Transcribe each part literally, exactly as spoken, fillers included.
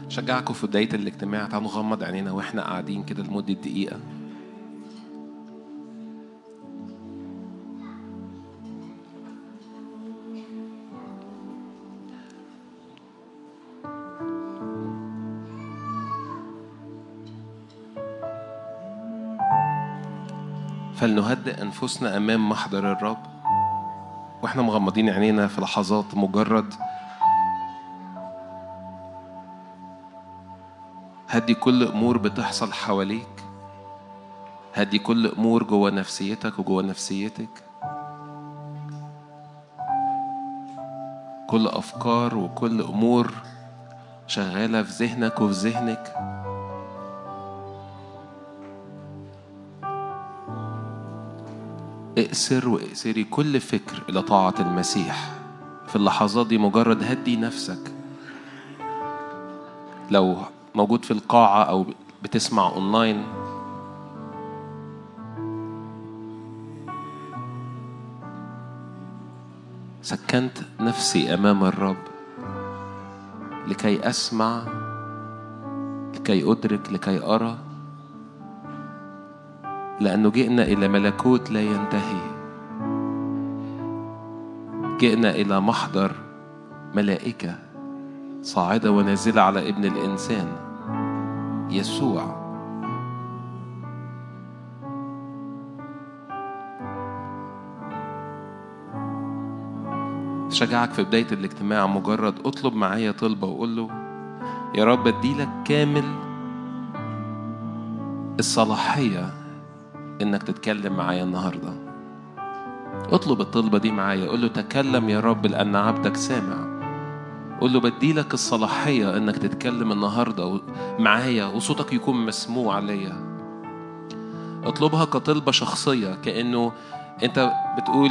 شجعكم في بداية الاجتماع تعالوا نغمض عينينا واحنا قاعدين كده لمدة دقيقة. فلنهدئ أنفسنا أمام محضر الرب واحنا مغمضين عينينا في لحظات. مجرد هدي كل أمور بتحصل حواليك، هدي كل أمور جوه نفسيتك وجوه نفسيتك، كل أفكار وكل أمور شغالة في ذهنك وفي ذهنك. اقسر واقسري كل فكر إلى طاعة المسيح في اللحظات دي. مجرد هدي نفسك. لو موجود في القاعة أو بتسمع أونلاين، سكنت نفسي أمام الرب لكي أسمع، لكي أدرك، لكي أرى، لأنه جئنا إلى ملكوت لا ينتهي. جئنا إلى محضر ملائكة صاعدة ونازلة على ابن الإنسان يسوع. شجعك في بداية الاجتماع مجرد اطلب معايا طلبة وقول له يا رب اديلك كامل الصلاحية انك تتكلم معايا النهاردة. اطلب الطلبة دي معايا، قول له تكلم يا رب لأن عبدك سامع. قول له بديلك الصلاحية انك تتكلم النهاردة معايا وصوتك يكون مسموع ليا. اطلبها كطلبة شخصية، كأنه انت بتقول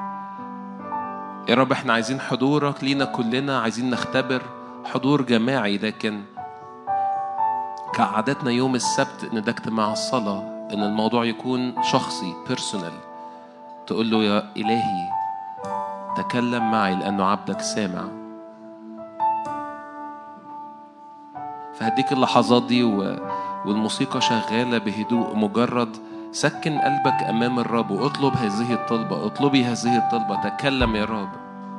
يا رب احنا عايزين حضورك لينا كلنا، عايزين نختبر حضور جماعي، لكن كعادتنا يوم السبت ان ده اجتماع الصلاة، ان الموضوع يكون شخصي بيرسونال. تقول له يا إلهي تكلم معي لأنه عبدك سامع. فهديك اللحظات دي والموسيقى شغالة بهدوء. مجرد سكن قلبك أمام الرب واطلب هذه الطلبة. اطلبي هذه الطلبة، تكلم يا رب،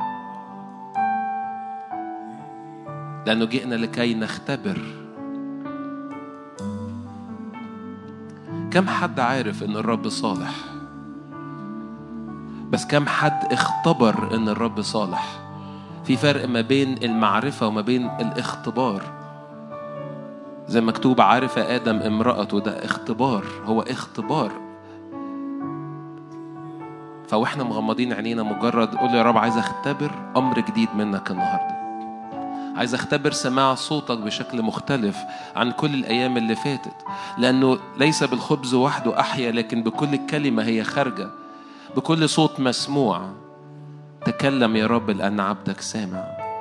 لأنه جئنا لكي نختبر. كم حد عارف إن الرب صالح؟ بس كم حد اختبر إن الرب صالح؟ في فرق ما بين المعرفة وما بين الاختبار. زي مكتوب عارف آدم امرأته، ده اختبار، هو اختبار. فوإحنا مغمضين عينينا مجرد قول يا رب عايز اختبر أمر جديد منك النهاردة. عايز اختبر سماع صوتك بشكل مختلف عن كل الأيام اللي فاتت، لأنه ليس بالخبز وحده أحيا، لكن بكل كلمة هي خارجة، بكل صوت مسموع. تكلم يا رب لأن عبدك سامع.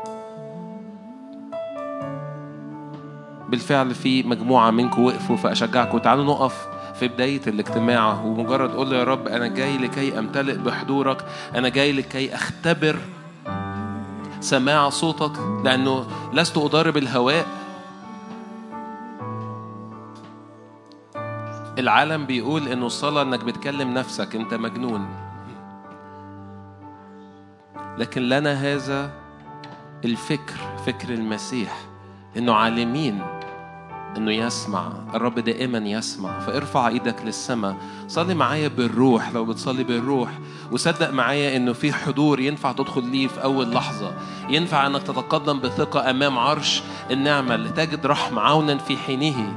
بالفعل في مجموعة منكم وقفوا، فأشجعكم تعالوا نقف في بداية الاجتماع ومجرد قول له يا رب أنا جاي لكي أمتلئ بحضورك، أنا جاي لكي أختبر سماع صوتك، لأنه لست أضارب الهواء. العالم بيقول إنه الصلاة إنك بتكلم نفسك، أنت مجنون. لكن لنا هذا الفكر، فكر المسيح، إنه عالمين إنه يسمع. الرب دائما يسمع. فارفع إيدك للسماء، صلي معايا بالروح لو بتصلي بالروح، وصدق معايا إنه في حضور ينفع تدخل ليه في أول لحظة. ينفع أنك تتقدم بثقة أمام عرش النعمة لتجد رحمة عونا في حينه.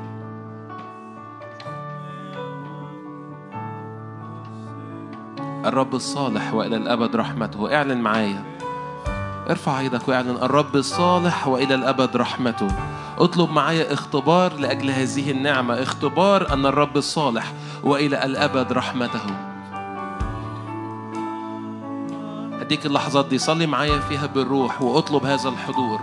الرب الصالح وإلى الأبد رحمته. اعلن معايا، ارفع ايدك واعلن الرب الصالح وإلى الأبد رحمته. اطلب معايا اختبار لأجل هذه النعمة، اختبار أن الرب الصالح وإلى الأبد رحمته. هديك اللحظات دي صلي معايا فيها بالروح واطلب هذا الحضور.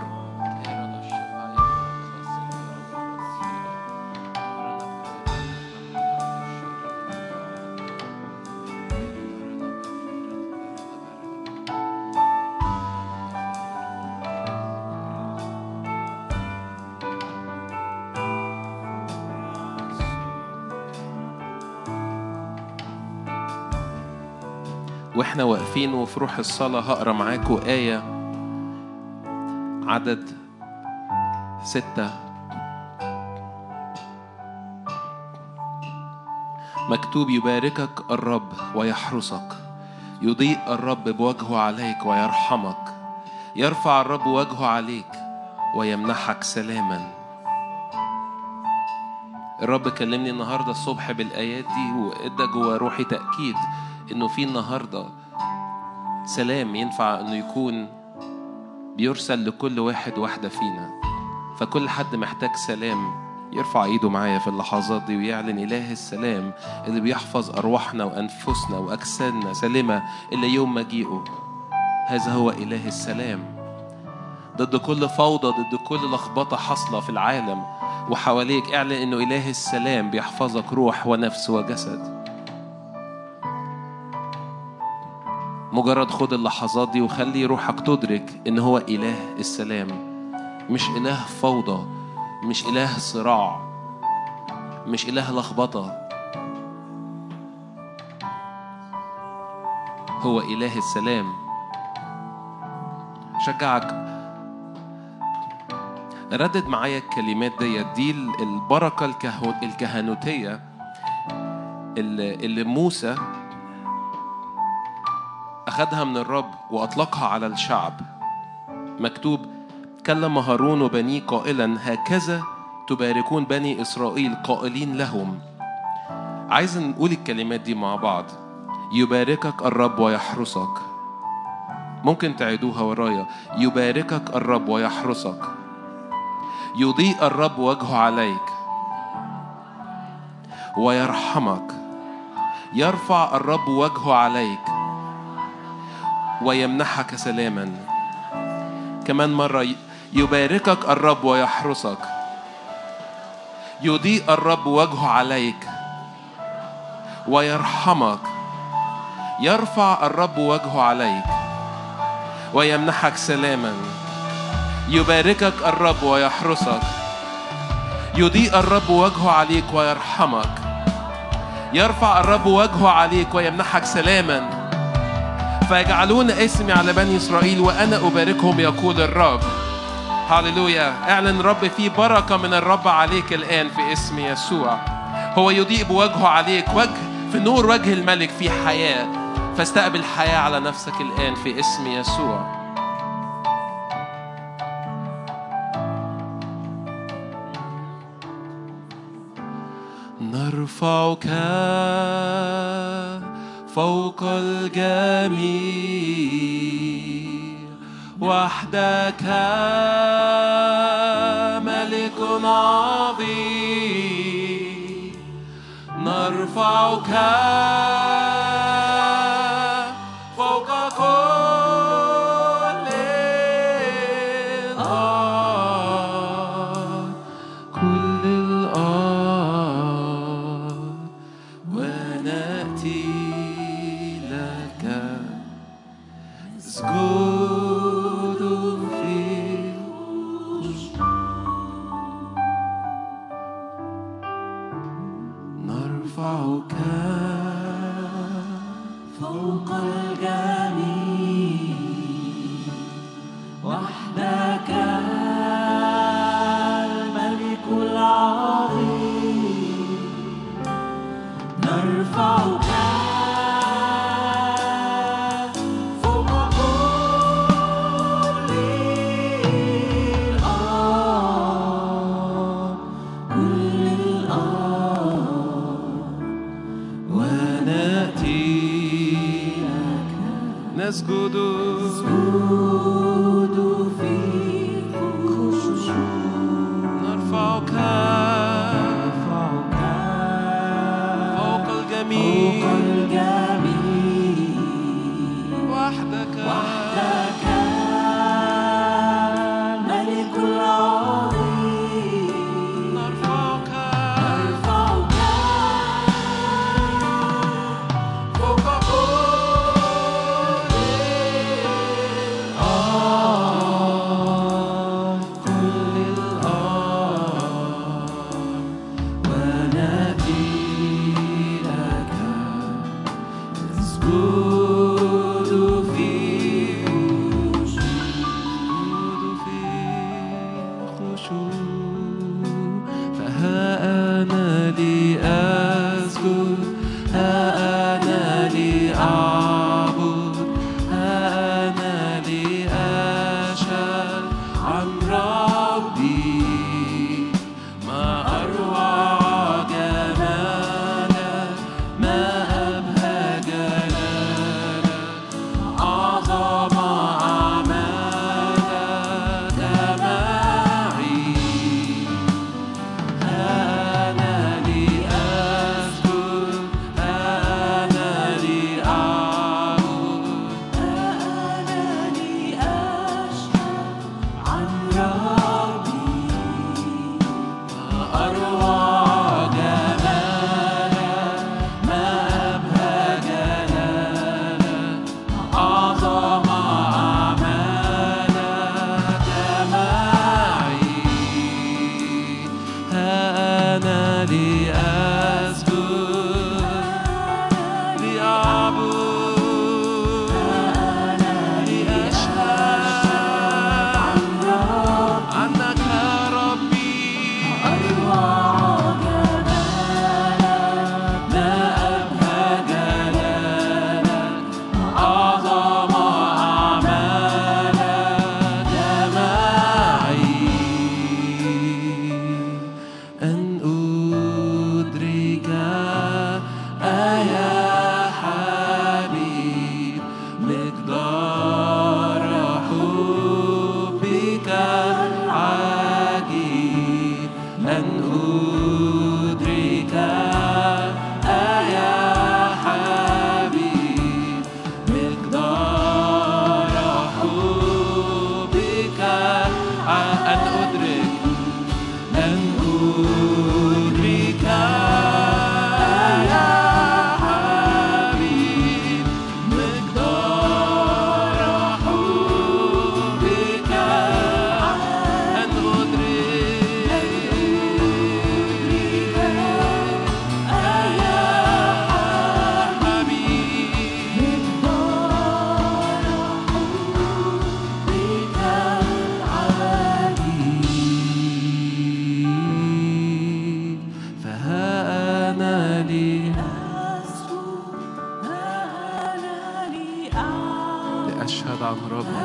واحنا واقفين وفي روح الصلاة هقرأ معاكم آية عدد ستة. مكتوب: يباركك الرب ويحرسك، يضيء الرب بوجهه عليك ويرحمك، يرفع الرب وجهه عليك ويمنحك سلاما. الرب كلمني النهاردة الصبح بالآيات دي وإدى جوا روحي تأكيد إنه في النهاردة سلام ينفع إنه يكون بيرسل لكل واحد واحدة فينا. فكل حد محتاج سلام يرفع ايده معايا في اللحظات دي ويعلن إله السلام اللي بيحفظ أرواحنا وأنفسنا وأجسادنا سلمة إلا يوم مجيئه. هذا هو إله السلام. ضد كل فوضى، ضد كل لخبطة حاصلة في العالم وحواليك، اعلن إنه إله السلام بيحفظك روح ونفس وجسد. مجرد خد اللحظات دي وخلي روحك تدرك إن هو إله السلام، مش إله فوضى، مش إله صراع، مش إله لخبطة. هو إله السلام. شجعك ردد معايا الكلمات دي. دي البركة الكهنوتية اللي موسى أخذها من الرب وأطلقها على الشعب. مكتوب: كلم هارون وبنيه قائلا: هكذا تباركون بني إسرائيل قائلين لهم. عايز نقول الكلمات دي مع بعض. يباركك الرب ويحرسك. ممكن تعيدوها ورايا. يباركك الرب ويحرسك، يضيء الرب وجهه عليك ويرحمك، يرفع الرب وجهه عليك ويمنحك سلاما. كمان مرة: يباركك الرب ويحرسك، يضيء الرب وجهه عليك ويرحمك، يرفع الرب وجهه عليك ويمنحك سلاما. يباركك الرب ويحرسك، يضيء الرب وجهه عليك ويرحمك، يرفع الرب وجهه عليك ويمنحك سلاما. فيجعلون اسمي على بني إسرائيل وأنا أباركهم يقول الرب. هاليلويا. اعلن رب في بركة من الرب عليك الآن في اسم يسوع. هو يضيء بوجهه عليك، وجه في نور وجه الملك في حياة. فاستقبل حياة على نفسك الآن في اسم يسوع. نرفعك فوق الجميع، وحدك ملك عظيم. نرفعك فوق كل الأرض، كل الأرض، ونأتي لك نسجد في نرفعك فوق الجميع، وحدك الملك العظيم. نرفعك فوق كل الأرض، كل الأرض، ونأتي لك نسجد نسجد في خشوع. نرفعك نرفعك فوق الجميع، فوق الجميع، وحدك وحدك الملك العظيم. نرفعك نرفعك فوق كل الأرض،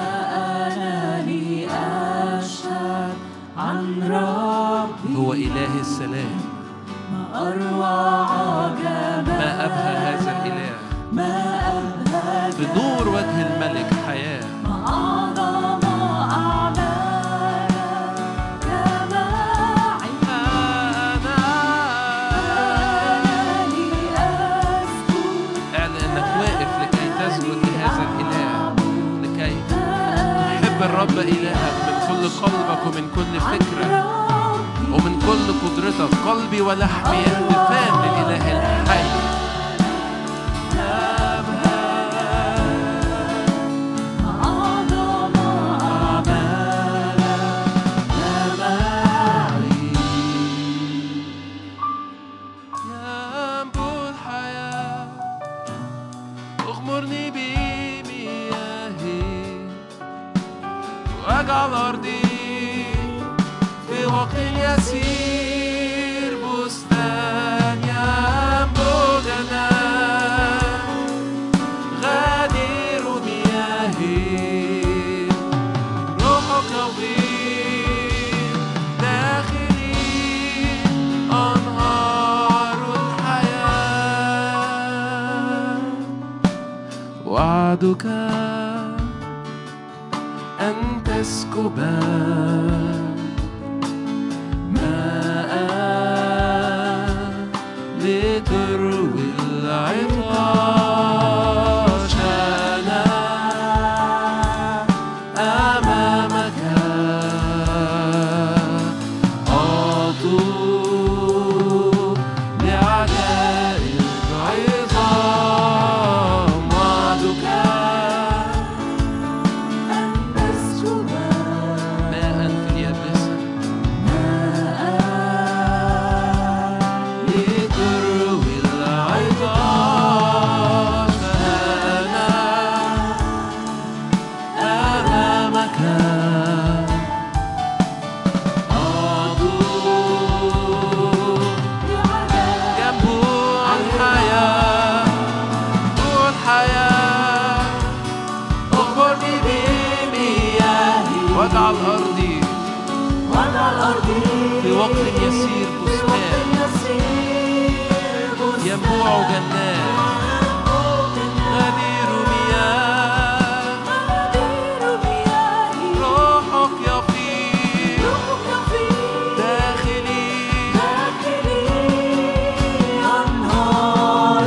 أنا لي أشهد عن ربي هو إله السلام. ما أروع جمال، ما أبهى هذا الإله، ما أبهى بنور وجه الملك حياة. ما أعظم أعمالك جماعي. أنا أنا لي أسجد، اعلن أنك واقف لكي تسجد لهذا الإله، لكي تحب الرب إلهك من كل قلبك ومن كل فكرة ومن كل قدرتك. قلبي ولحمي يهتفان للإله الحي. ينبوع الحياة اغمرني بمياهي واجعل أرضي في وقت يسير بستان. ينبوع جنات غدير مياهي، روحك يفيض داخلي أنهار الحياة. وعدك أن تسكب ماء لتروي العطاش. أنا أمامك أطوب لعجائب عظام. وعدك أن تسكب ماء في اليابسة لتروي العطاش. فأنا أمامك أطوب ينبوع الحياة. ينبوع الحياة اغمرني بمياهي واجعل أرضي واجعل أرضي في وقت يسير بستان. ينبوع جنات غدير مياه، روحك يفيض داخلي أنهار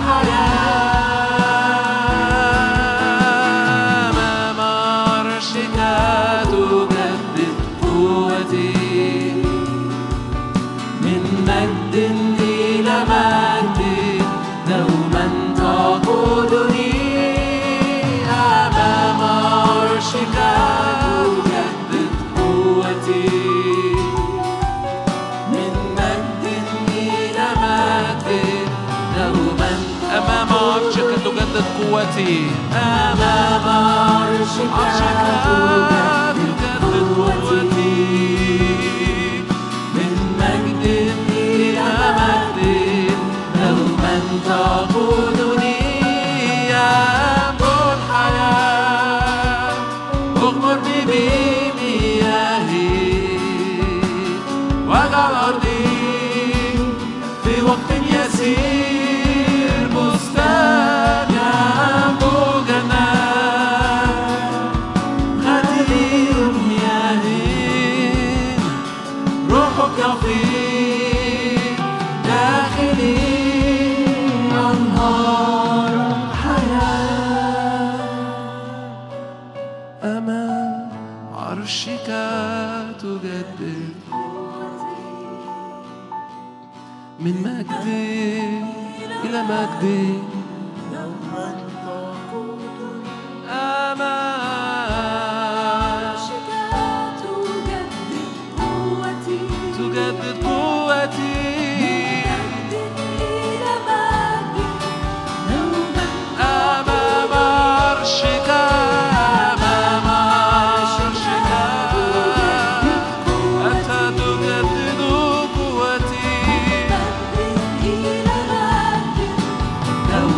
الحياة. أمام عرشك تجدد قوتي، من مجد إلى مجد دوما تقودني. أمام عرشك تجدد قوتي، من مجد إلى مجد دوما. أمام عرشك تجدد قوتي، أمام عرشك تجدد قوتي، من مجد إلى مجد دوما تقودني. ينبوع الحياة اغمرني بمياهي واجعل أرضي في وقت يسير بستان. ينبوع جنات غدير مياهي، روحك يفيض داخلي أنهار الحياة. أمام عرشك تجدد من مجد إلى مجد. أمام تجدد قوتي، أمام عرشك أمام عرشك أنت تجدد قوتي.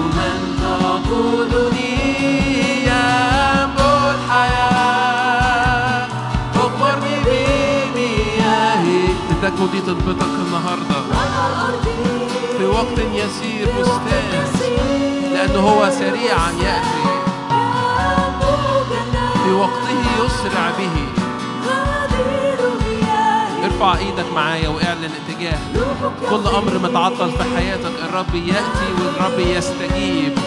إيدك ودي طلبتك النهاردة. في وقت يسير مستاز لأنه هو سريعا يأتي، في وقته يسرع به. ارفع ايدك معايا واعلن اتجاه كل امر متعطل في حياتك. الرب يأتي والرب يستجيب.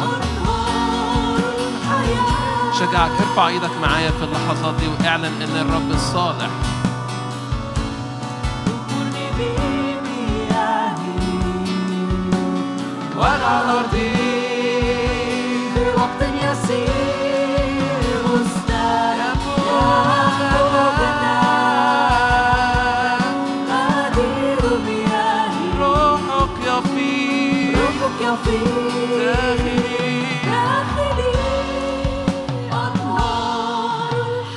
شجعك ارفع ايدك معايا في اللحظات دي واعلن ان الرب الصالح. وعلى الأرض في وقت يسير مستجاب غدير مياهي. روحك يفيض روحك يفيض داخلي داخلي أنهار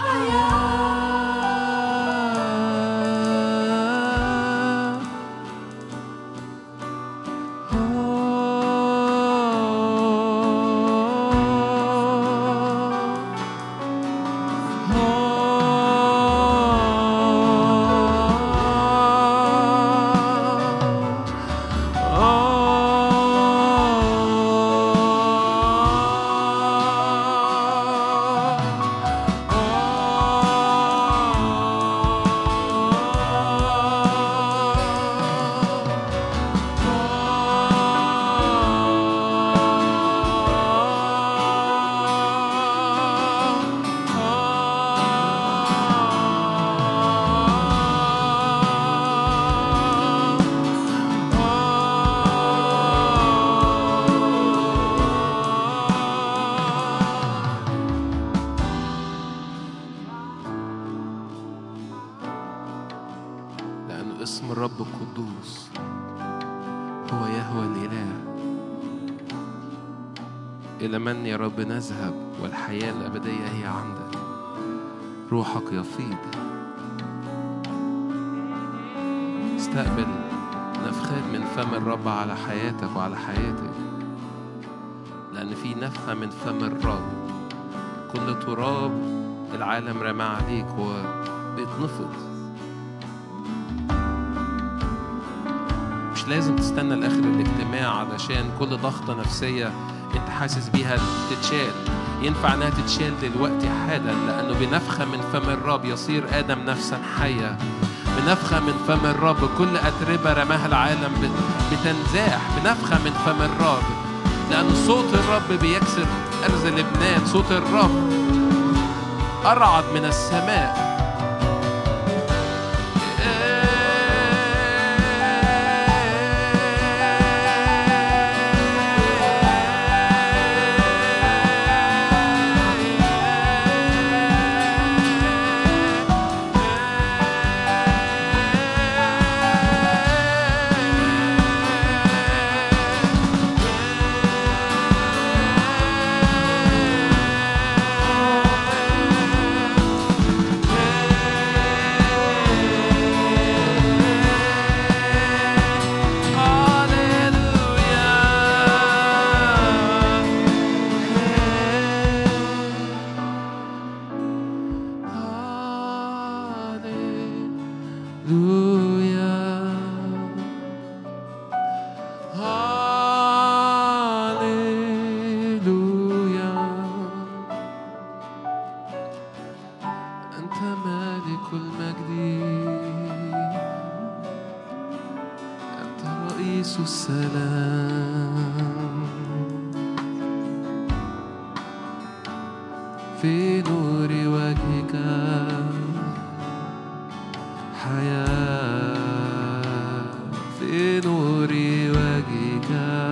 الحياة. لأن اسم الرب القدوس هو يهوى الإله. إلى من يا رب نذهب والحياة الأبدية هي عندك. روحك يفيض. استقبل نفخات من فم الرب على حياتك وعلى حياتك، لأن في نفخة من فم الرب. كل تراب العالم رمى عليك هو بيتنفض. مش لازم تستنى لآخر الاجتماع علشان كل ضغطة نفسية انت حاسس بيها تتشال. ينفع انها تتشال دلوقتي حالا، لأنه بنفخة من فم الرب يصير آدم نفسا حية. بنفخة من فم الرب كل أتربة رماها العالم بتنزاح. بنفخة من فم الرب، لأن صوت الرب بيكسر أرز لبنان. صوت الرب أرعد من السماء. في نور وجهك حياة، في نور وجهك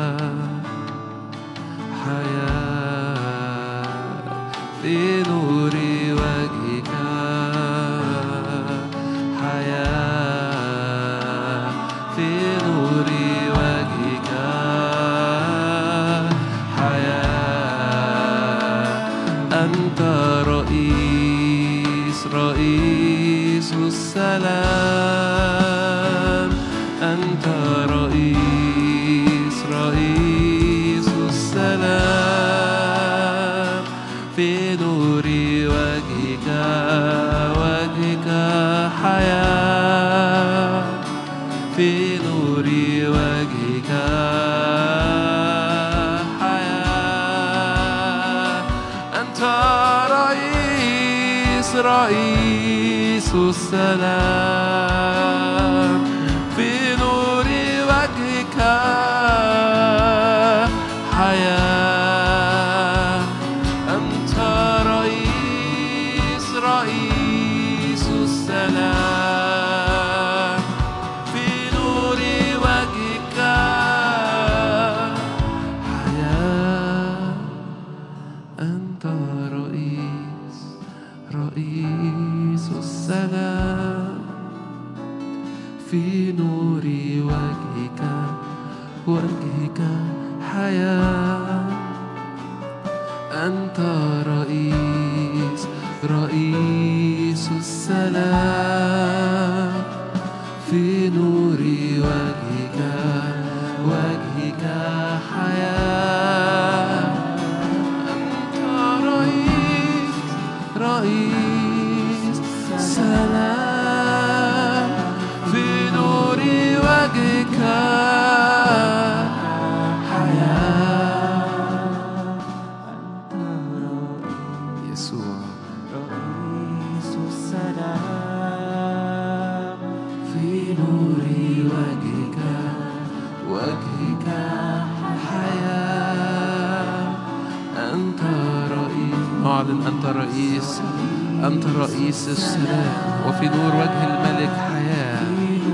حياة، في نور وجهك حياة، في نور وجهك حياة. أنت رئيس رئيس السلام، أنت رئيس رئيس السلام، في نور وجهك وجهك حياة. رئيس السلام في نور وجهك حياة أنت رئيس رئيس السلام في نور وجهك حياة أنت رئيس رئيس السلام في نور وجهك وجهك حياة أنت رئيس رئيس السلام في نور وجهك وجهك حياة أنت رئيس رئيس السلام في نور وجهك أنت رئيس أنت رئيس السلام وفي نور وجه الملك حياة.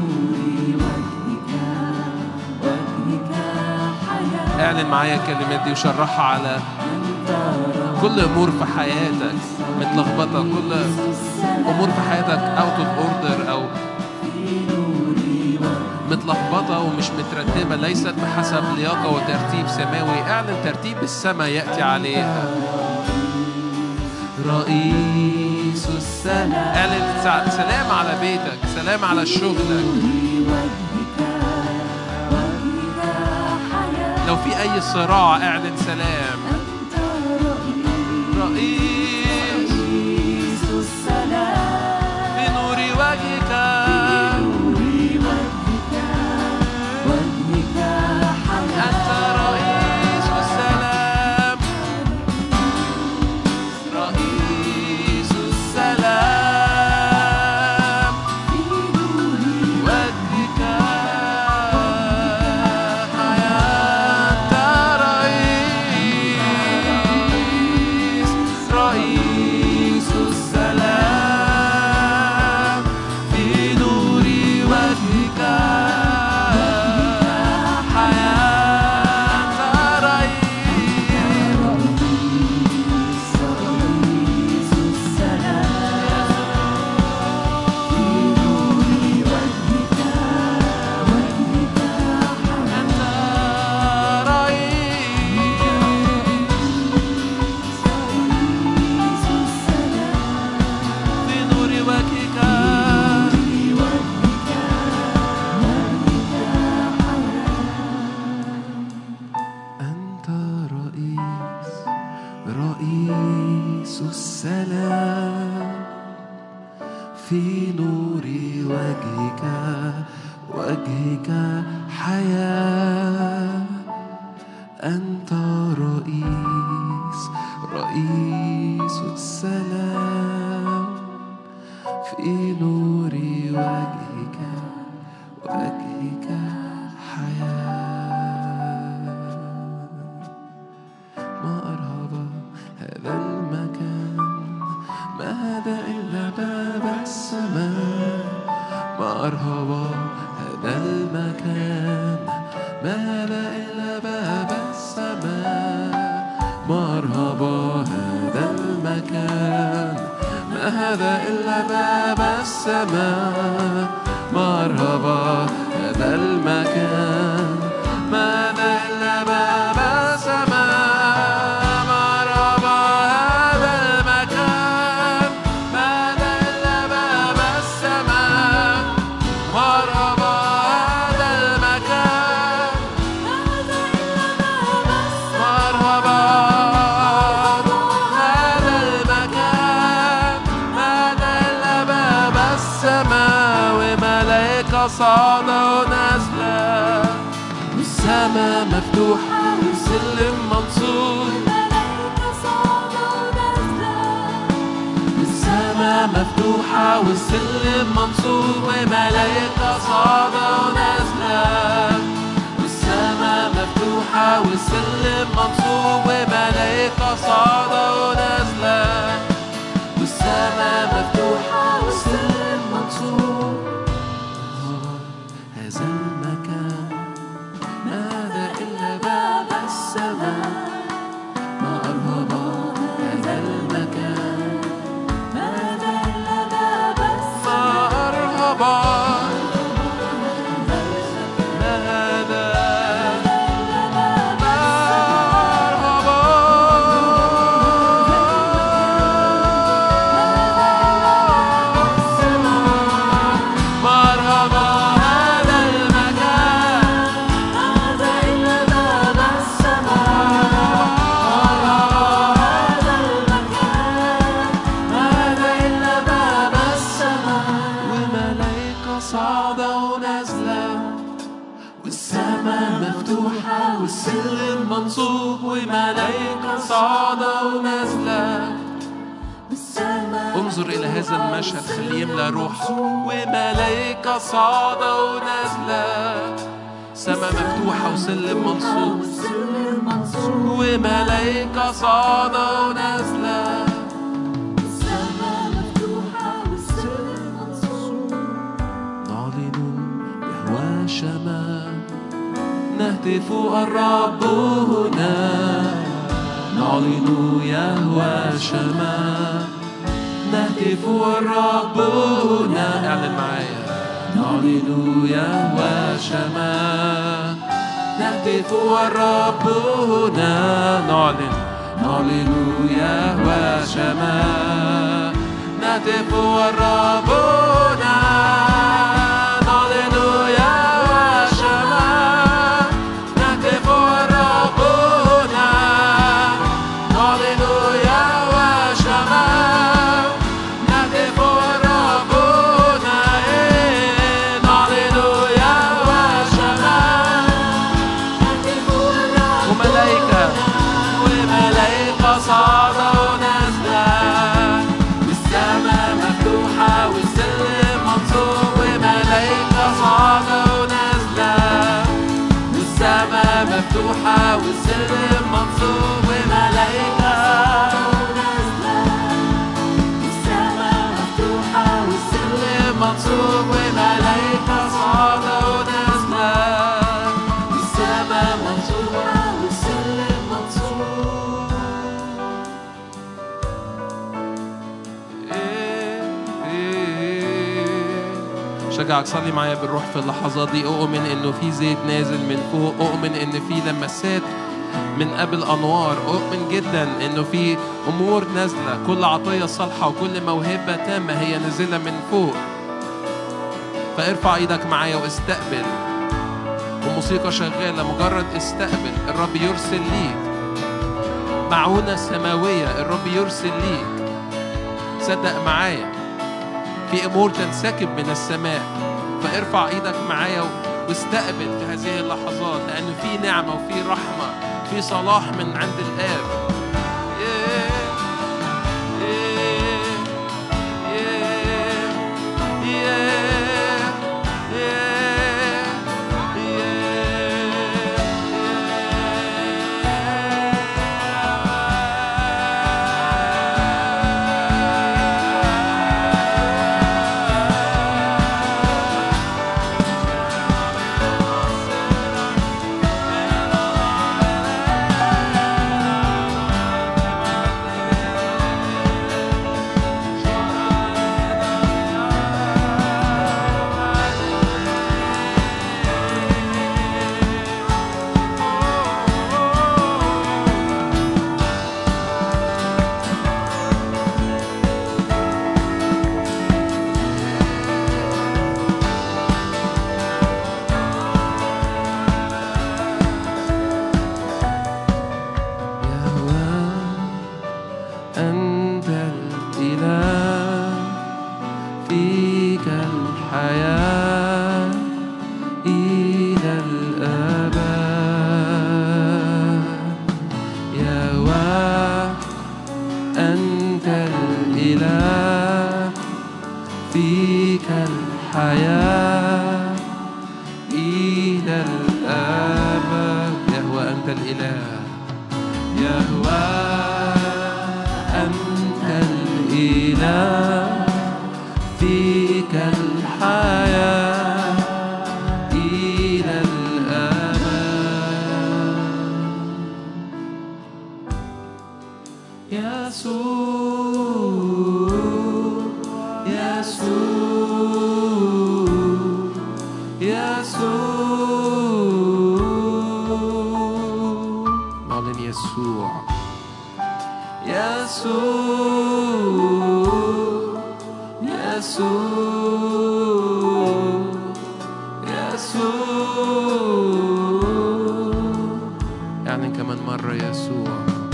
اعلن معايا الكلمات دي وشرحها على كل أمور في حياتك متلخبطة، كل أمور في حياتك out of order أو متلخبطة ومش مترتبة، ليست بحسب لياقة وترتيب سماوي. اعلن ترتيب السماء يأتي عليها. رئيس السلام. اعلن سلام على بيتك، سلام على شغلك. لو في أي صراع اعلن سلام. رئيس السلام في نور وجهك أنت رئيس السلام. رئيس السلام في نور وجهك حياة. رئيس رئيس السلام في نور وجهك في نور وجهك وجهك حياة. أنت رئيس رئيس السلام في نور وجهك وجهك حياة. ما أرهب هذا المكان، ما هذا إلا باب السماء. ما أرهب هذا المكان، ما هذا إلا باب السماء. ما أرهب هذا المكان، ما هذا إلا باب السماء. ما أرهب هذا المكان، ما هذا إلا باب السماء. صعدة ونازلة والسماء مفتوحة والسلم منصور. الملائكة صعدة ونازلة والسماء مفتوحة والسلم منصوب وملائكة صاعدة ونازلة والسماء مفتوحة والسلم منصوب وملائكة صاعدة ونازلة والسماء مفتوحة والسلم منصوب. هذا المكان ماذا إلا باب السماء ما أرهب هذا المكان ماذا إلا باب السماء ما أرهب منصوب وملائكة صاعدة ونازلة. انظر إلى هذا المشهد خليه يملأ روحك. وملائكة صاعدة ونازلة سماء مفتوحة وسلم منصوب وملائكة صاعدة ونازلة السماء مفتوحة والسلم منصوب. نعلن يهوى شمال نهتف الرب هنا نعلن يهوى شمال نهتف الرب هنا. اعلن معايا. نعلن يهوى شمال نهتف الرب هنا. نعلن نعلن يهوى شمال نهتف الرب هنا. مفتوحة والسلم منصوب وملائكة والسماء مفتوحة والسلم منصوب وملائكة صاعدة ونازلة والسماء مفتوحة والسلم منصوب. شجعك صلي معايا بالروح في اللحظات دي. أؤمن إنه في زيت نازل من فوق. أؤمن إن في لمسات من قبل أنوار. أؤمن جدا إنه في أمور نازلة. كل عطية صالحة وكل موهبة تامة هي نازلة من فوق. فارفع إيدك معايا واستقبل. وموسيقى شغالة مجرد استقبل. الرب يرسل ليك معونة سماوية. الرب يرسل ليك. صدق معايا في أمور تنسكب من السماء. فارفع إيدك معايا واستقبل في هذه اللحظات لأن في نعمة وفي رحمة في صلاح من عند الآب. فيك الحياة إلى الأبد. يهوى أنت الإله، يهوى أنت الإله، فيك الحياة إلى الأبد. يسوع يسوع يسوع، نعلن يسوع يسوع يسوع يسوع. يعني كمان مرة يسوع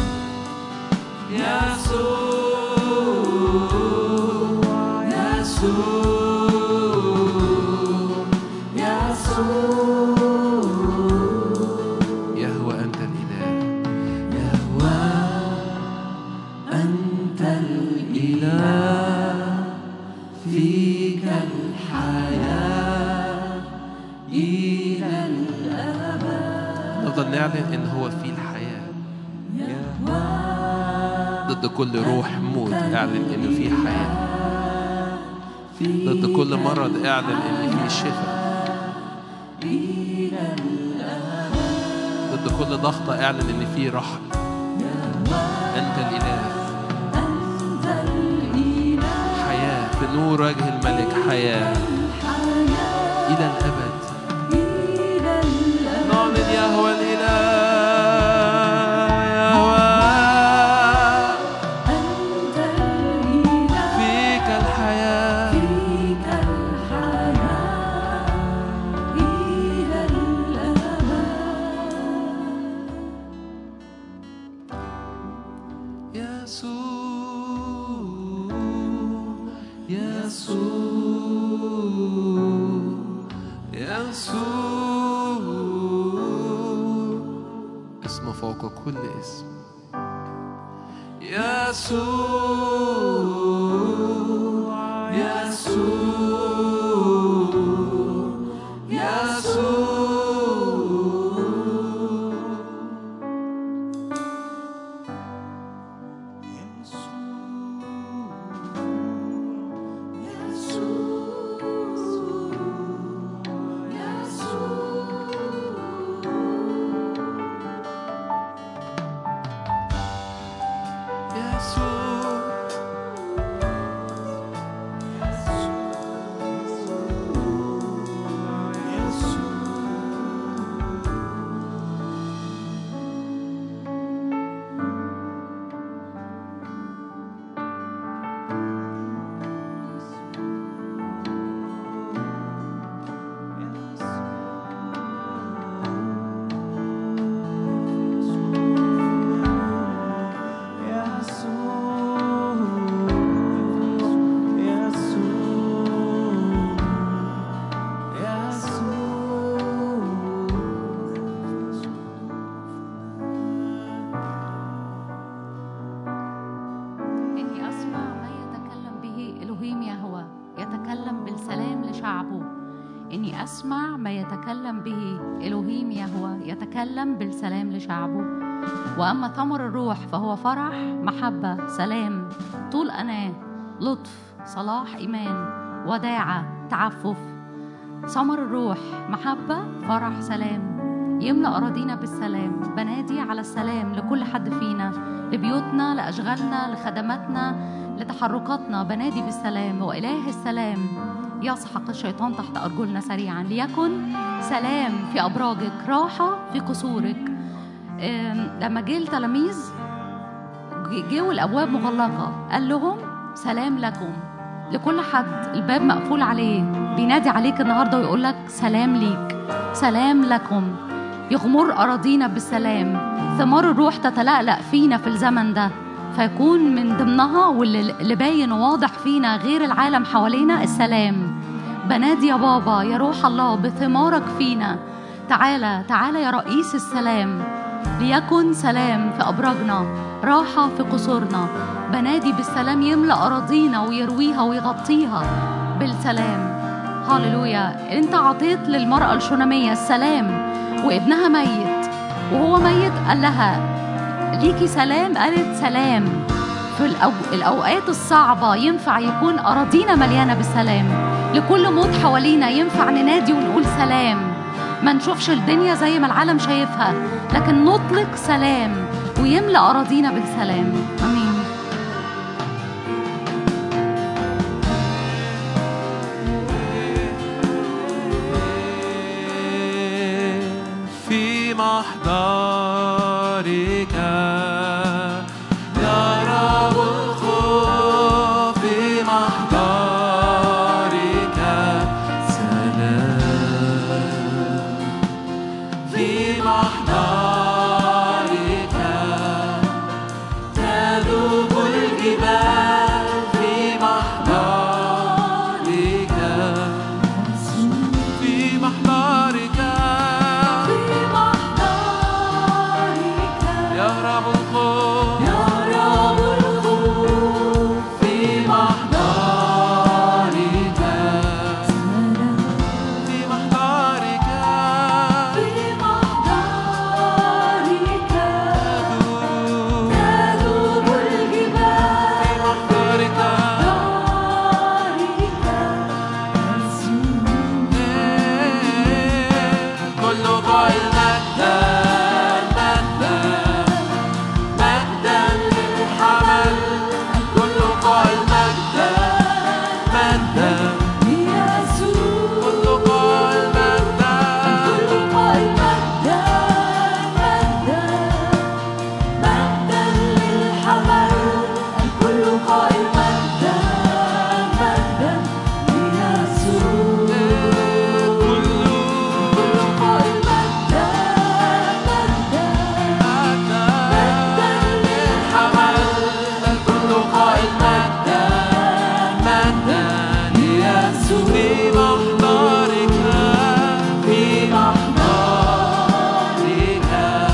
يسوع يسوع يسوع. يهوى أنت الإله، يهوى أنت الإله، فيك الحياة إلى الأبد. نفضل نعلن إن هو في الحياة ضد كل روح موت. اعلن إنه في حياة ضد كل مرض. اعلن إن في شفاء ضد كل ضغطة. اعلن إن في رحمة. أنت الإله، حياة في نور وجه الملك، حياة إلى الأبد. نعلن يهوى الإله، يهوى فيك الحياة إلى الأبد. يسوع يسوع يسوع، اسم فوق كل اسم. يسوع يسوع يسوع. أسمع ما يتكلم به إلهيم يهوه، يتكلم بالسلام لشعبه. وأما ثمر الروح فهو فرح، محبة، سلام، طول أناة، لطف، صلاح، إيمان، وداعة، تعفف. ثمر الروح محبة، فرح، سلام، يملأ أراضينا بالسلام. بنادي على السلام لكل حد فينا، لبيوتنا، لأشغالنا، لخدماتنا، لتحركاتنا. بنادي بالسلام، وإله السلام يسحق الشيطان تحت أرجلنا سريعا. ليكن سلام في أبراجك، راحة في قصورك. لما جه التلاميذ جه الأبواب مغلقة، قال لهم سلام لكم. لكل حد الباب مقفول عليه بينادي عليك النهاردة ويقول لك سلام ليك، سلام لكم. يغمر أراضينا بالسلام. ثمار الروح تتلألأ فينا في الزمن ده، فيكون من ضمنها واللي باين وواضح فينا غير العالم حوالينا السلام. بنادي يا بابا، يا روح الله، بثمارك فينا. تعالى تعالى يا رئيس السلام. ليكن سلام في أبراجنا، راحة في قصورنا. بنادي بالسلام يملأ أراضينا ويرويها ويغطيها. بالسلام. هاللويا. انت عطيت للمرأة الشونامية السلام وابنها ميت، وهو ميت قال لها ليكي سلام، قالت سلام. في الأو... الأوقات الصعبة ينفع يكون أراضينا مليانة بالسلام. لكل موت حوالينا ينفع ننادي ونقول سلام. ما نشوفش الدنيا زي ما العالم شايفها، لكن نطلق سلام ويملأ أراضينا بالسلام. أمين. في محضرك يا رب الخوف، في محضرك سلام، في محضرك تذوب الجبال، في محضرك، في محضرك يا رب الخوف، يا رب الخوف، في محضرك في محضرك، في محضرك تذوب تذوب الجبال، في محضرك كل قائل مجدا مجدا مجدا للحمل، كل قائل مجدا مجدا ليسوع، كل قائل مجدا كل قائل مجدا مجدا مجدا للحمل، الكل قائل مجدا مجدا ليسوع، كل قائل مجدا مجدا مجدا للحمل، الكل قائل مجدا مجدا ليسوع، في محضرك في محضرك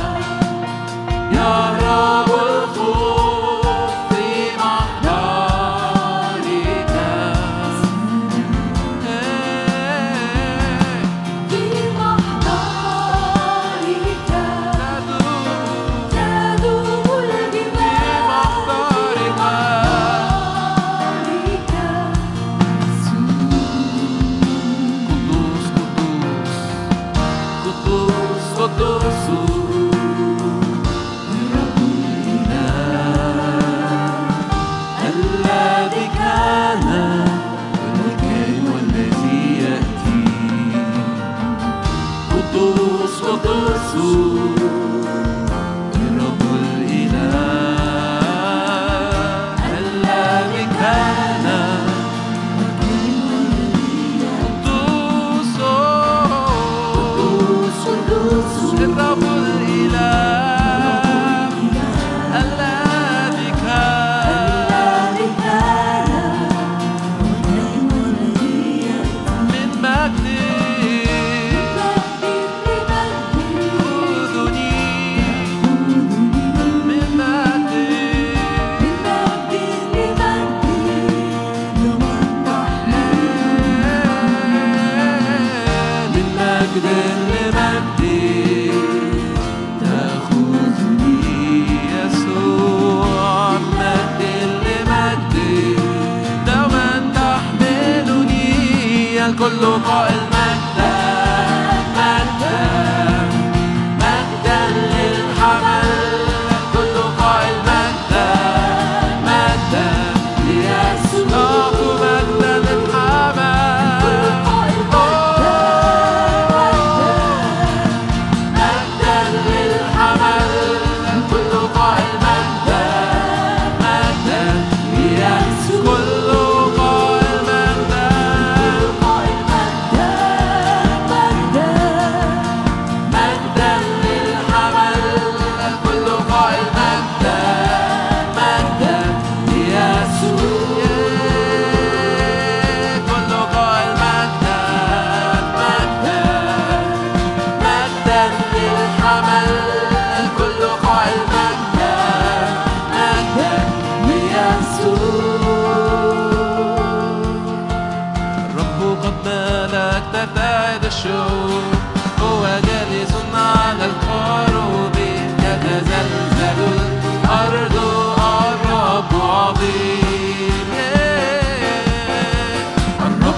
يا رب الخوف، في محضرك في محضرك تذوب تذوب الجبال، في محضرك قدوس قدوس قدوس رب الإله الذي كان والكائن والذي يأتي، قدوس قدوس رب الإله الذي كان قدوس قدوس قدوس الرب الإله الذي كان من مجد أذني، من مجد من مجد لمجد تأخذني يسوع، مجد لمجد دوما تحملني، الكل قائل مجدا مجدا مجدا للحمل، الكل قائل مجدا مجدا ليسوع، مجدا للحمل، مجدا للحمل، الكل قائل مجدا مجدا ليسوع، كل قائل مجدا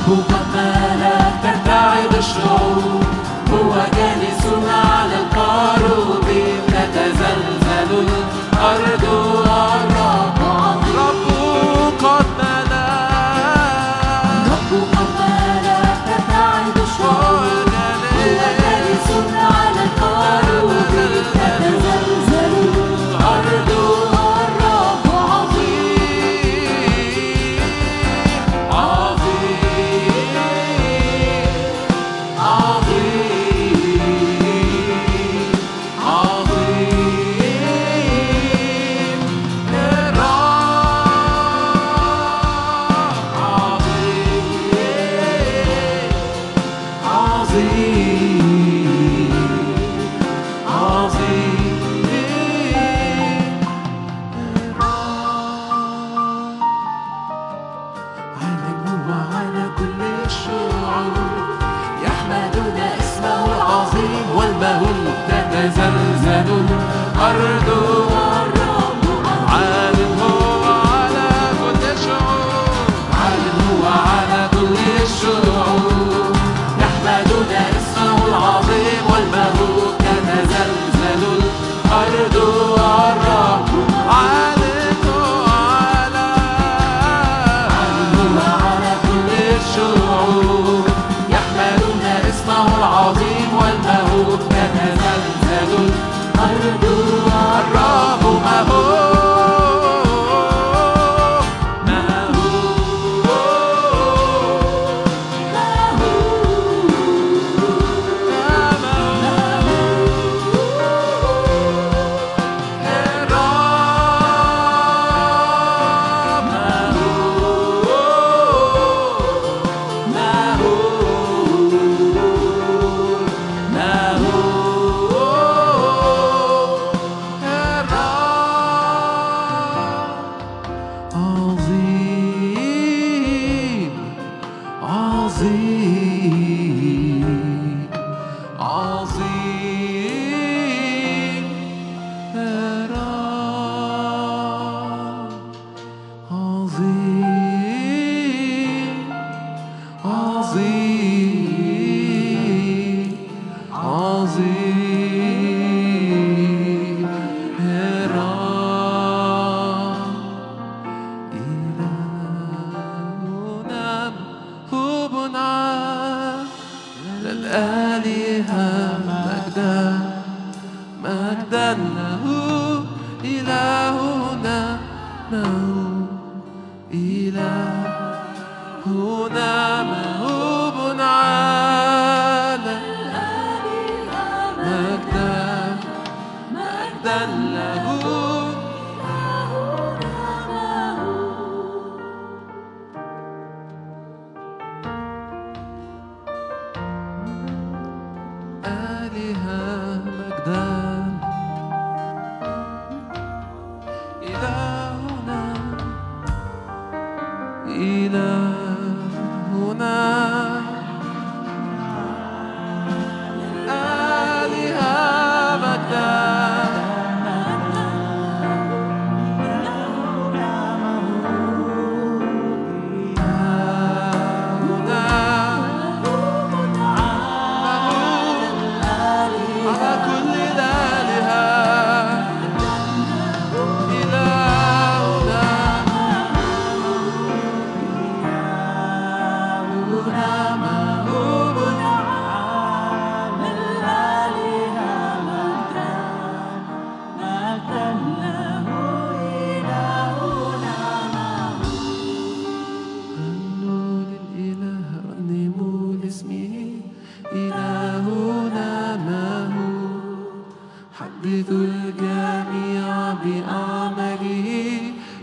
ربك ملك ترتعد الشعوب، هو جالس على الكروب، تتزلزل الأرض والرب عظيم. رب قد ملك، رب قد ملك ترتعد الشعوب، هو جالس على الكروب، تتزلزل الأرض والرب عظيم. عظيم عظيم عظيم الرب، عظيم عظيم عظيم الرب. عالم وعلى كل الشعوب يحمدون اسمه العظيم والمهول، تتزلزل الأرض والرب عالم هو على كل الشعوب، عالم هو على كل الشعوب يحمدون اسمه العظيم والمهول، تتزلزل الأرض والرب عالم هو على عالم هو على كل الشعوب يحمدون اسمه العظيم والمهول، تتزلزل الأرض والرب مهول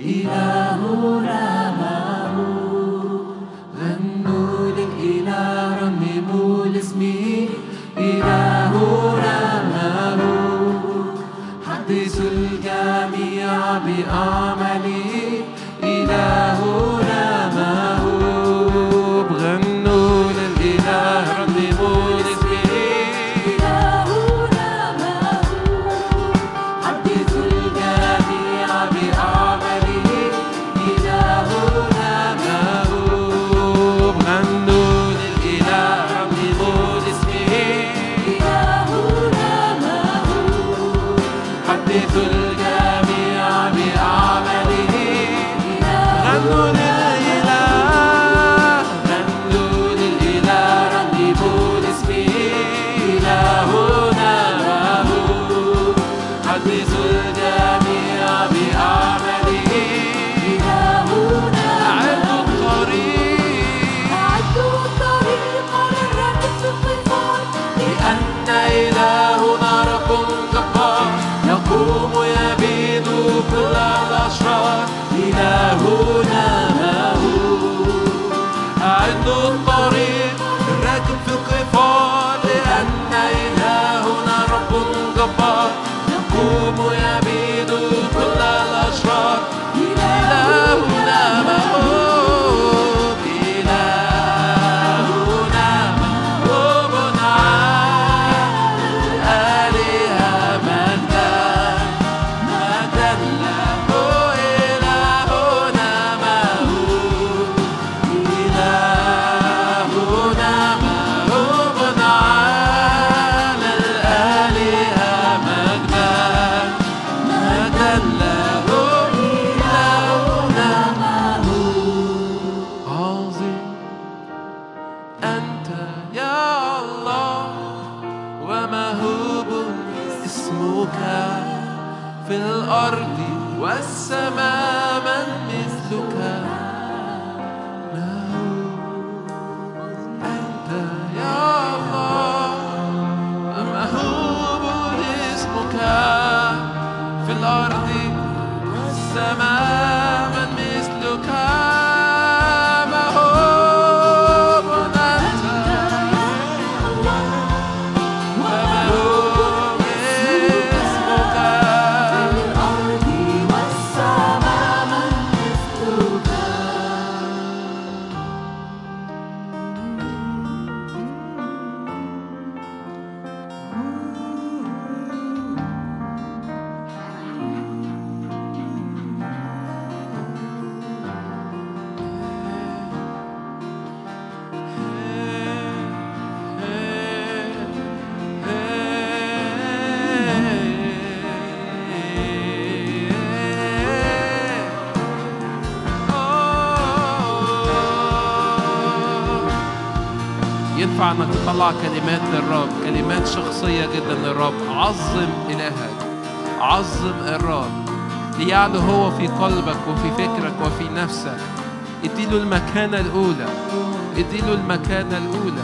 إلهنا معه، غنوا للإله أنت يا الله ومهوب اسمك في الأرض والسماء من مثلك أنت يا الله ومهوب اسمك في الأرض والسماء من مثلك ينفع انك تطلع كلمات للرب، كلمات شخصية جدا للرب. عظم إلهك، عظم الرب ليعلو هو في قلبك وفي فكرك وفي نفسك. اديله المكانة الأولى، اديله المكانة الأولى.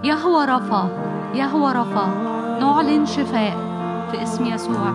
يهوى رفا، يهوى رفا، نعلن شفاء في اسم يسوع.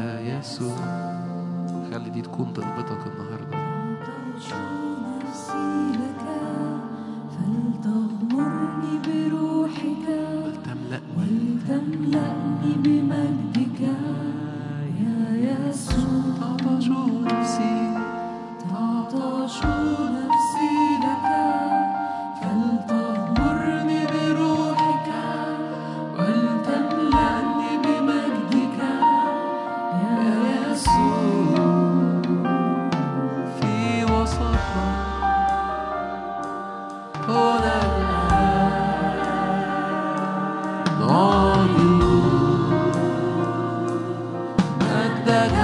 يا يسوع. خلي دي تكون طلبتك النهارده. نفسي لك فلتغمرني بروحك ولتملأني بمجدك يا يسوع. تعطش نفسي تعطش نفسي لك فلتغمرني بروحك ولتملأني بمجدك يا يسوع. في وسطنا هنا نعلن مجدك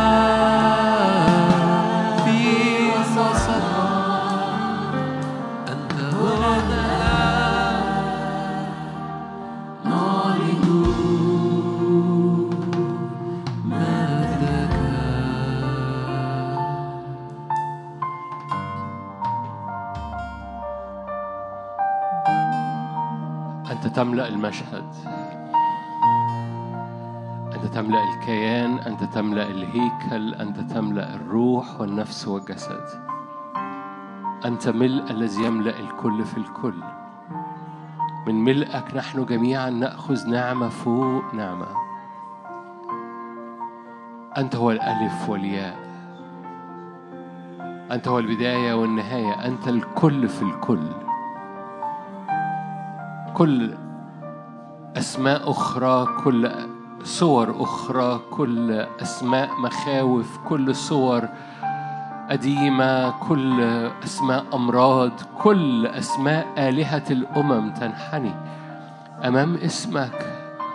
في وسطنا. أنت هنا نعلن مجدك. أنت تملأ المشهد، أنت تملأ الكيان، أنت تملأ الهيكل، أنت تملأ الروح والنفس والجسد. أنت ملء الذي يملأ الكل في الكل. من ملئك نحن جميعا نأخذ نعمة فوق نعمة. أنت هو الألف والياء، أنت هو البداية والنهاية، أنت الكل في الكل. كل أسماء أخرى، كل صور أخرى، كل أسماء مخاوف، كل صور قديمة، كل أسماء أمراض، كل أسماء آلهة الأمم تنحني أمام اسمك.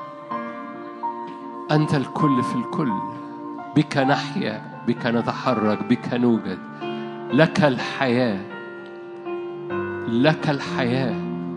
أنت الكل في الكل. بك نحيا، بك نتحرك، بك نوجد. لك الحياة، لك الحياة.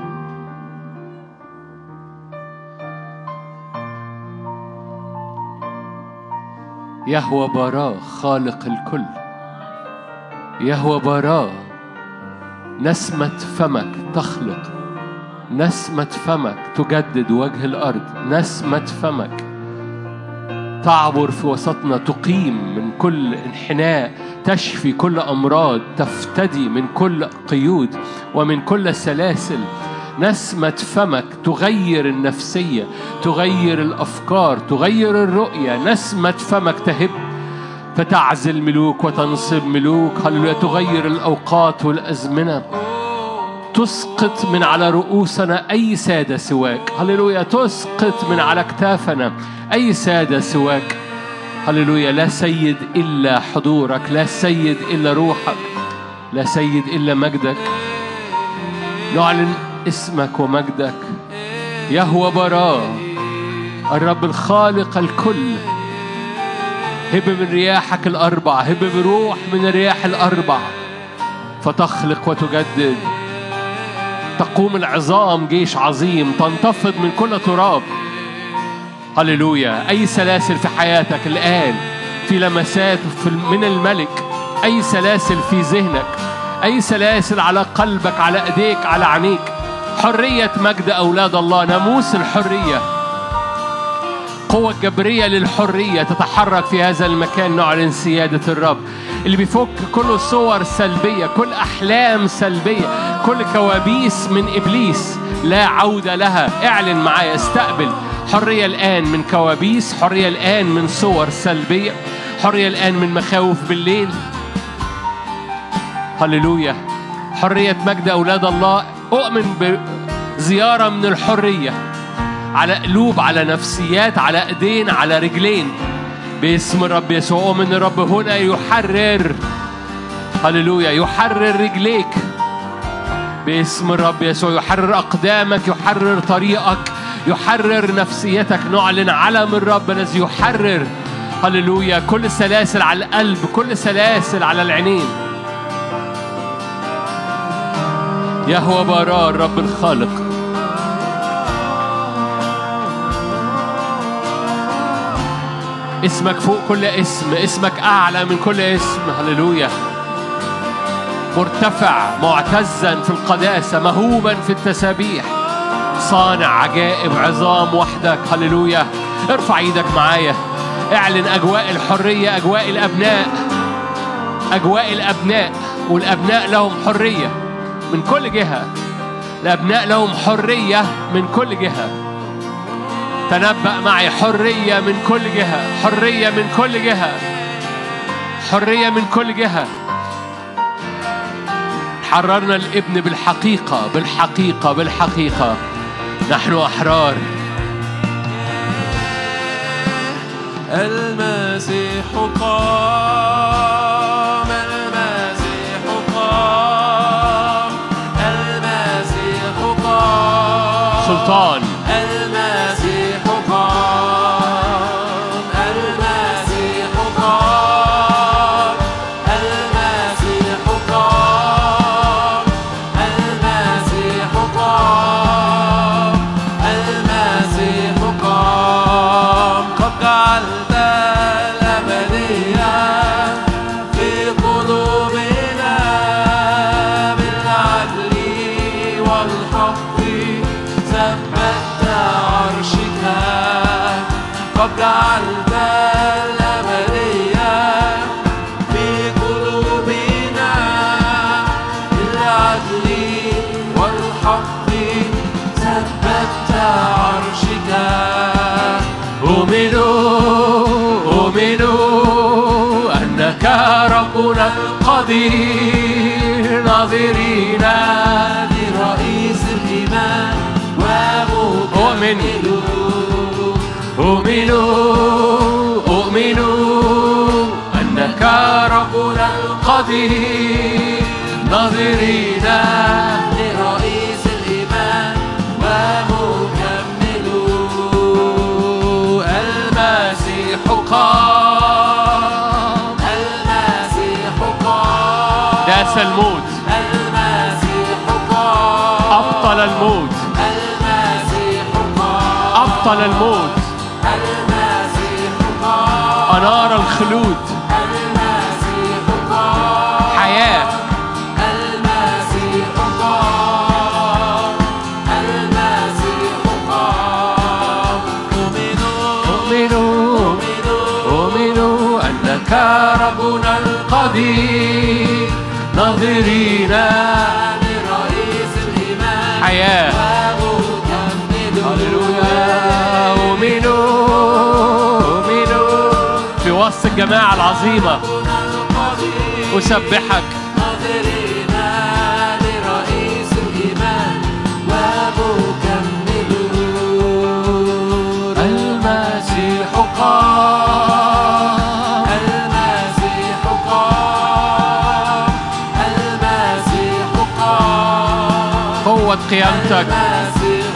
يهوى براه خالق الكل. يهوى براه نسمة فمك تخلق، نسمة فمك تجدد وجه الأرض، نسمة فمك تعبر في وسطنا، تقيم من كل انحناء، تشفي كل أمراض، تفتدي من كل قيود ومن كل سلاسل. نسمة فمك تغير النفسية، تغير الأفكار، تغير الرؤية. نسمة فمك تهب فتعزل ملوك وتنصب ملوك. هللويا. تغير الأوقات والأزمنة، تسقط من على رؤوسنا أي سادة سواك. هللويا. تسقط من على كتافنا أي سادة سواك. هللويا. لا سيد إلا حضورك، لا سيد إلا روحك، لا سيد إلا مجدك. نعلن اسمك ومجدك. يهوى براه الرب الخالق الكل. هب من رياحك الأربع، هب بروح من الرياح الأربع فتخلق وتجدد. تقوم العظام جيش عظيم، تنتفض من كل تراب. هللويا. أي سلاسل في حياتك الآن، في لمسات من الملك، أي سلاسل في ذهنك، أي سلاسل على قلبك، على أيديك، على عينيك. حرية مجد أولاد الله، ناموس الحرية، قوة جبرية للحرية تتحرك في هذا المكان. نعلن سيادة الرب اللي بيفك كل صور سلبية، كل أحلام سلبية، كل كوابيس من إبليس لا عودة لها. اعلن معايا، استقبل حرية الآن من كوابيس، حرية الآن من صور سلبية، حرية الآن من مخاوف بالليل. هللويا. حرية مجد أولاد الله. أؤمن بزيارة من الحرية على قلوب، على نفسيات، على ايدين، على رجلين، باسم الرب يسوع. أؤمن الرب هنا يحرر. هللويا. يحرر رجليك باسم الرب يسوع، يحرر أقدامك، يحرر طريقك، يحرر نفسيتك. نعلن علم الرب الذي يحرر. هللويا. كل سلاسل على القلب، كل سلاسل على العينين. يهوى براه الرب الخالق. اسمك فوق كل اسم، اسمك أعلى من كل اسم. هللويا. مرتفع، معتزا في القداسة، مهوبا في التسابيح، صانع عجائب عظام وحدك. هللويا. ارفع ايدك معايا، اعلن أجواء الحرية، أجواء الأبناء، أجواء الأبناء. والأبناء لهم حرية من كل جهة. الأبناء لهم حرية من كل جهة. تنبأ معي، حرية من كل جهة، حرية من كل جهة، حرية من كل جهة. حررنا الابن بالحقيقة، بالحقيقة، بالحقيقة. نحن أحرار. المسيح قام، المسيح قام، المسيح قام. سلطان المسيح قام، المسيح قام، المسيح قام، المسيح قام، المسيح قام. قد جعلت الأبدية في قلوبنا بالعدل والحق، ثبت عرشك. قد جعلت الأبدية في قلوبنا بالعدل والحق، ثبت عرشك. أؤمنوا أؤمنوا أنك ربنا القدير، ناظرين لرئيس الإيمان ومكمله. أؤمنوا أؤمنوا أنك ربنا القدير، ناظرين لرئيس الإيمان ومكمله. المسيح قام، المسيح قام. داس الموت، المسيح قام. أبطل الموت، المسيح قام. أبطل الموت، المسيح قام. أنار الخلود، المسيح قام. حياة. المسيح قام، المسيح قام. أؤمنوا أؤمنوا أنك ربنا القدير، ناظرين لرئيس الإيمان حياة. ومكمله. هللويا. أؤمنوا أؤمنوا في وسط الجماعة العظيمة أسبحك. ناظرين لرئيس الإيمان ومكمله. المسيح قام، المسيح قام، المسيح قام. قوة قيامتك، المسيح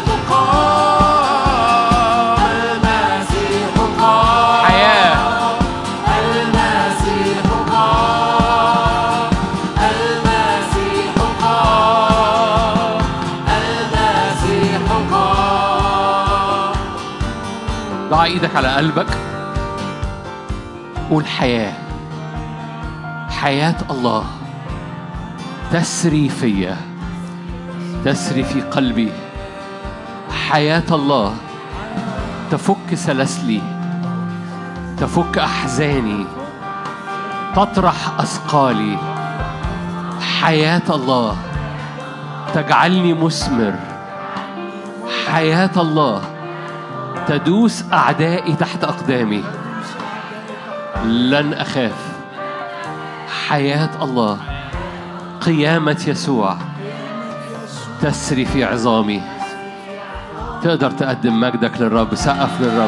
قام، المسيح قام. حياة. المسيح قام، المسيح قام، المسيح قام. ضع ايدك على قلبك، قول حياة. حياة الله تسري فيا، تسري في قلبي. حياة الله تفك سلاسلي، تفك أحزاني، تطرح أثقالي. حياة الله تجعلني مثمر. حياة الله تدوس أعدائي تحت أقدامي. لن أخاف. حياة الله، قيامة يسوع تسري في عظامي. تقدر تقدم مجدك للرب، سقف للرب.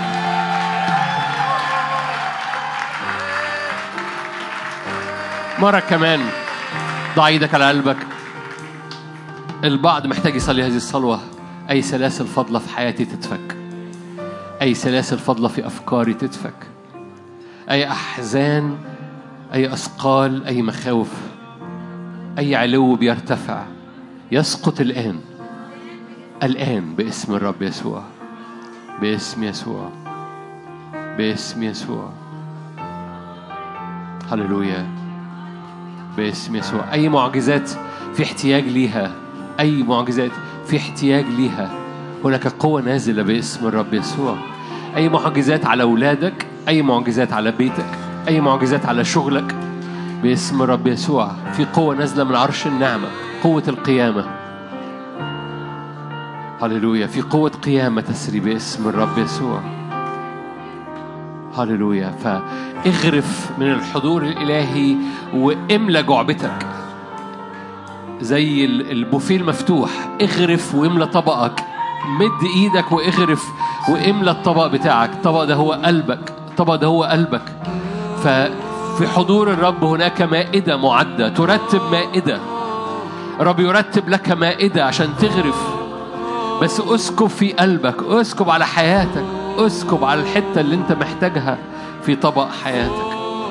مرة كمان ضع ايدك على قلبك. البعض محتاج يصلي هذه الصلوة. أي سلاسل فضلة في حياتي تتفك، أي سلاسل فضلة في أفكاري تتفك، أي أحزان، أي أثقال، أي مخاوف، أي علو بيرتفع يسقط الآن، الآن باسم الرب يسوع، باسم يسوع، باسم يسوع. هللويا. باسم يسوع. أي معجزات في احتياج ليها، أي معجزات في احتياج ليها، هناك قوة نازلة باسم الرب يسوع. أي معجزات على أولادك أي معجزات على بيتك، أي معجزات على شغلك باسم الرب يسوع. في قوة نازلة من عرش النعمة، قوة القيامة. هللويا. في قوة قيامة تسري باسم الرب يسوع. هللويا. فاغرف من الحضور الإلهي واملى جعبتك زي البوفيه المفتوح. اغرف واملى طبقك. مد ايدك واغرف واملى الطبق بتاعك. الطبق ده هو قلبك، الطبق ده هو قلبك. ففي حضور الرب هناك مائدة معدة، ترتب مائدة. الرب يرتب لك مائدة عشان تغرف. بس اسكب في قلبك، اسكب على حياتك، اسكب على الحتة اللي انت محتاجها في طبق حياتك.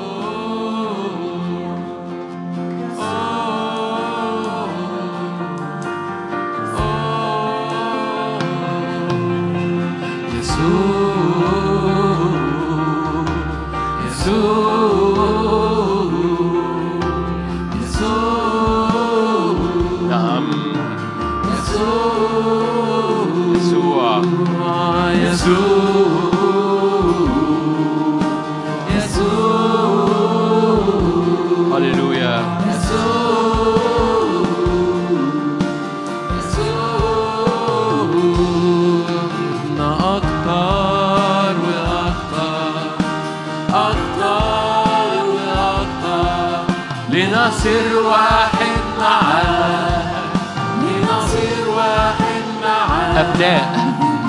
لنصير واحد معاك، لنصير واحد معاك. أبناء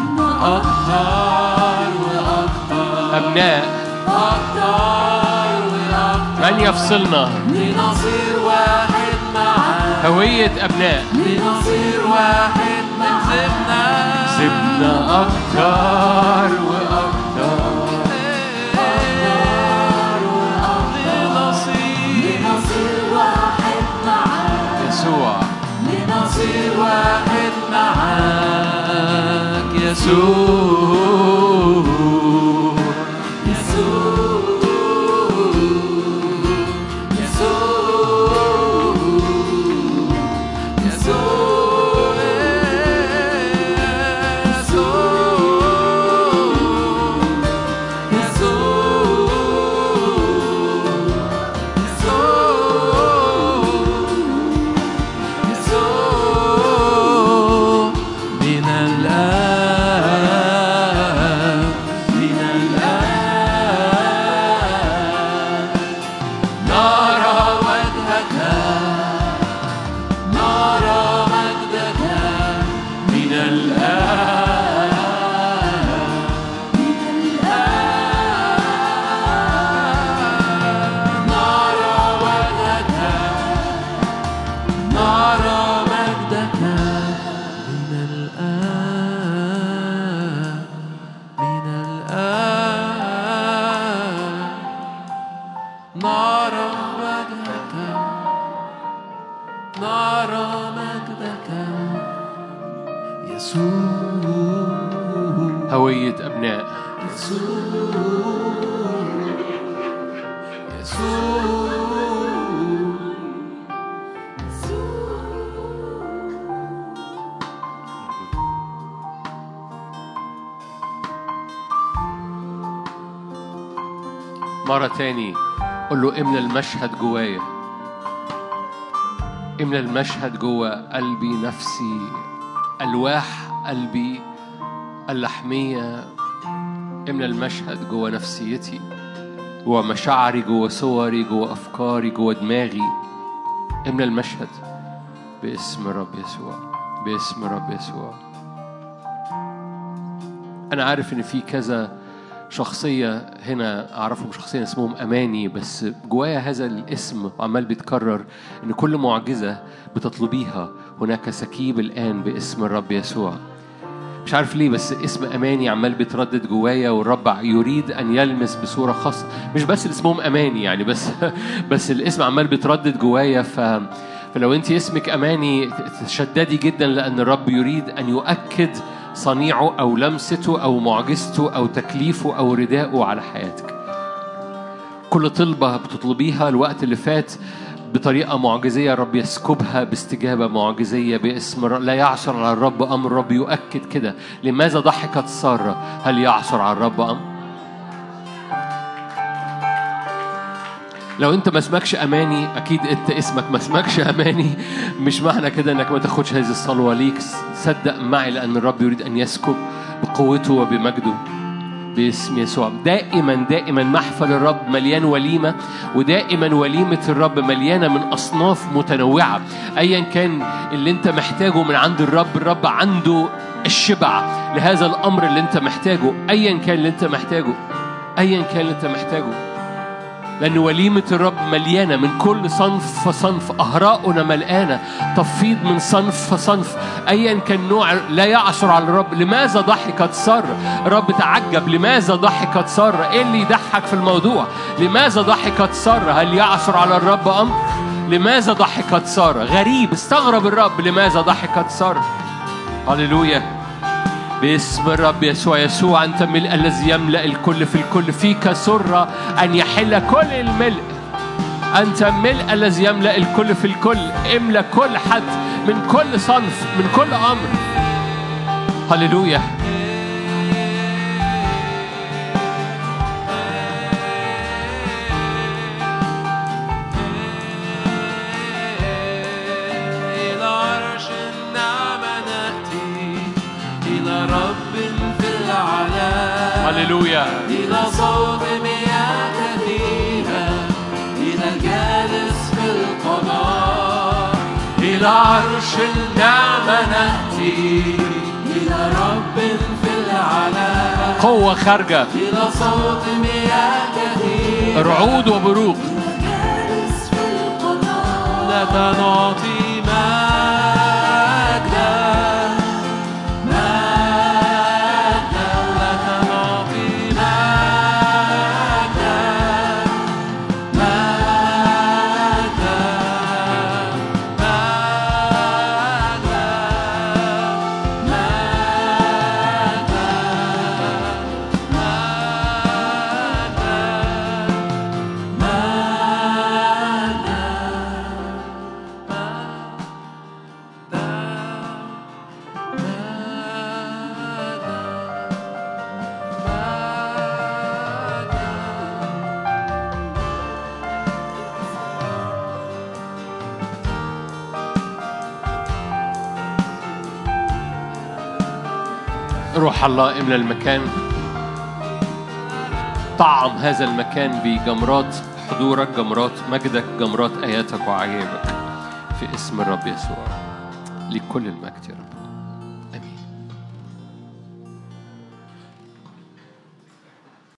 أكتر وأكتر، أبناء أكتر وأكتر. من يفصلنا؟ لنصير واحد معاك. هوية أبناء. لنصير واحد من زبنا، زبنا أكتر وأكتر. لنصير واحد معاك يسوع، يسوع، يسوع، يسوع، هوية أبناء. مرة تاني قل له املى المشهد جوايا، املى المشهد جوا قلبي، نفسي، ألواح قلبي اللحمية. املى المشهد جوا نفسيتي، جوا مشاعري، جوا صوري، جوا أفكاري، جوا دماغي. املى المشهد باسم الرب يسوع، باسم الرب يسوع. أنا عارف إن في كذا شخصية هنا أعرفهم شخصيا اسمهم أماني، بس جوايا هذا الاسم وعمال بيتكرر إن كل معجزة بتطلبيها هناك سكيب الآن باسم الرب يسوع. مش عارف ليه بس اسم أماني عمال بيتردد جوايا، والرب يريد أن يلمس بصورة خاصة. مش بس اسمهم أماني يعني، بس بس الاسم عمال بيتردد جوايا. ف فلو أنت اسمك أماني تشددي جدا، لأن الرب يريد أن يؤكد صنيعه أو لمسته أو معجزته أو تكليفه أو رداءه على حياتك. كل طلبة بتطلبيها الوقت اللي فات بطريقة معجزية الرب يسكبها باستجابة معجزية باسم الرب. لا يعثر على الرب أمر. الرب يؤكد كده. لماذا ضحكت سارة؟ هل يعثر على الرب أمر؟ لو انت ما اسمكش اماني، اكيد انت اسمك ما اسمكش اماني، مش معنى كده انك ما تاخدش هذه الصلوه ليك. صدق معي لان الرب يريد ان يسكب بقوته وبمجده باسم يسوع. دائما دائما محفل الرب مليان وليمه، ودائما وليمه الرب مليانه من اصناف متنوعه. ايا كان اللي انت محتاجه من عند الرب، الرب عنده الشبع لهذا الامر اللي انت محتاجه. ايا كان اللي انت محتاجه، ايا كان اللي انت محتاجه، لأن وليمة الرب مليانة من كل صنف فصنف. أهراؤنا ملقانة تفيض من صنف فصنف. أيا كان نوع لا يعثر على الرب. لماذا ضحكت سارة؟ الرب تعجب لماذا ضحكت سارة؟ إيه اللي يضحك في الموضوع؟ لماذا ضحكت سارة؟ هل يعثر على الرب أمر؟ لماذا ضحكت سارة؟ غريب، استغرب الرب لماذا ضحكت سارة. هللويا باسم الرب يسوع. يسوع أنت ملء الذي يملأ الكل في الكل، فيك سر أن يحل كل الملء. أنت ملء الذي يملأ الكل في الكل. املأ كل حد من كل صنف من كل أمر. هللويا. هللويا. إلى صوت مياه كثيرة، إلى الجالس في القضاء، إلى عرش النعمة نأتي، إلى رب في العلا. قوة خارجة، إلى صوت مياه كثيرة، رعود وبروق. إلى الجالس في القضاء، لا نعطي روح الله املى المكان. طعم هذا المكان بجمرات حضورك، جمرات مجدك، جمرات آياتك وعجائبك في اسم الرب يسوع. لكل المجد يا رب.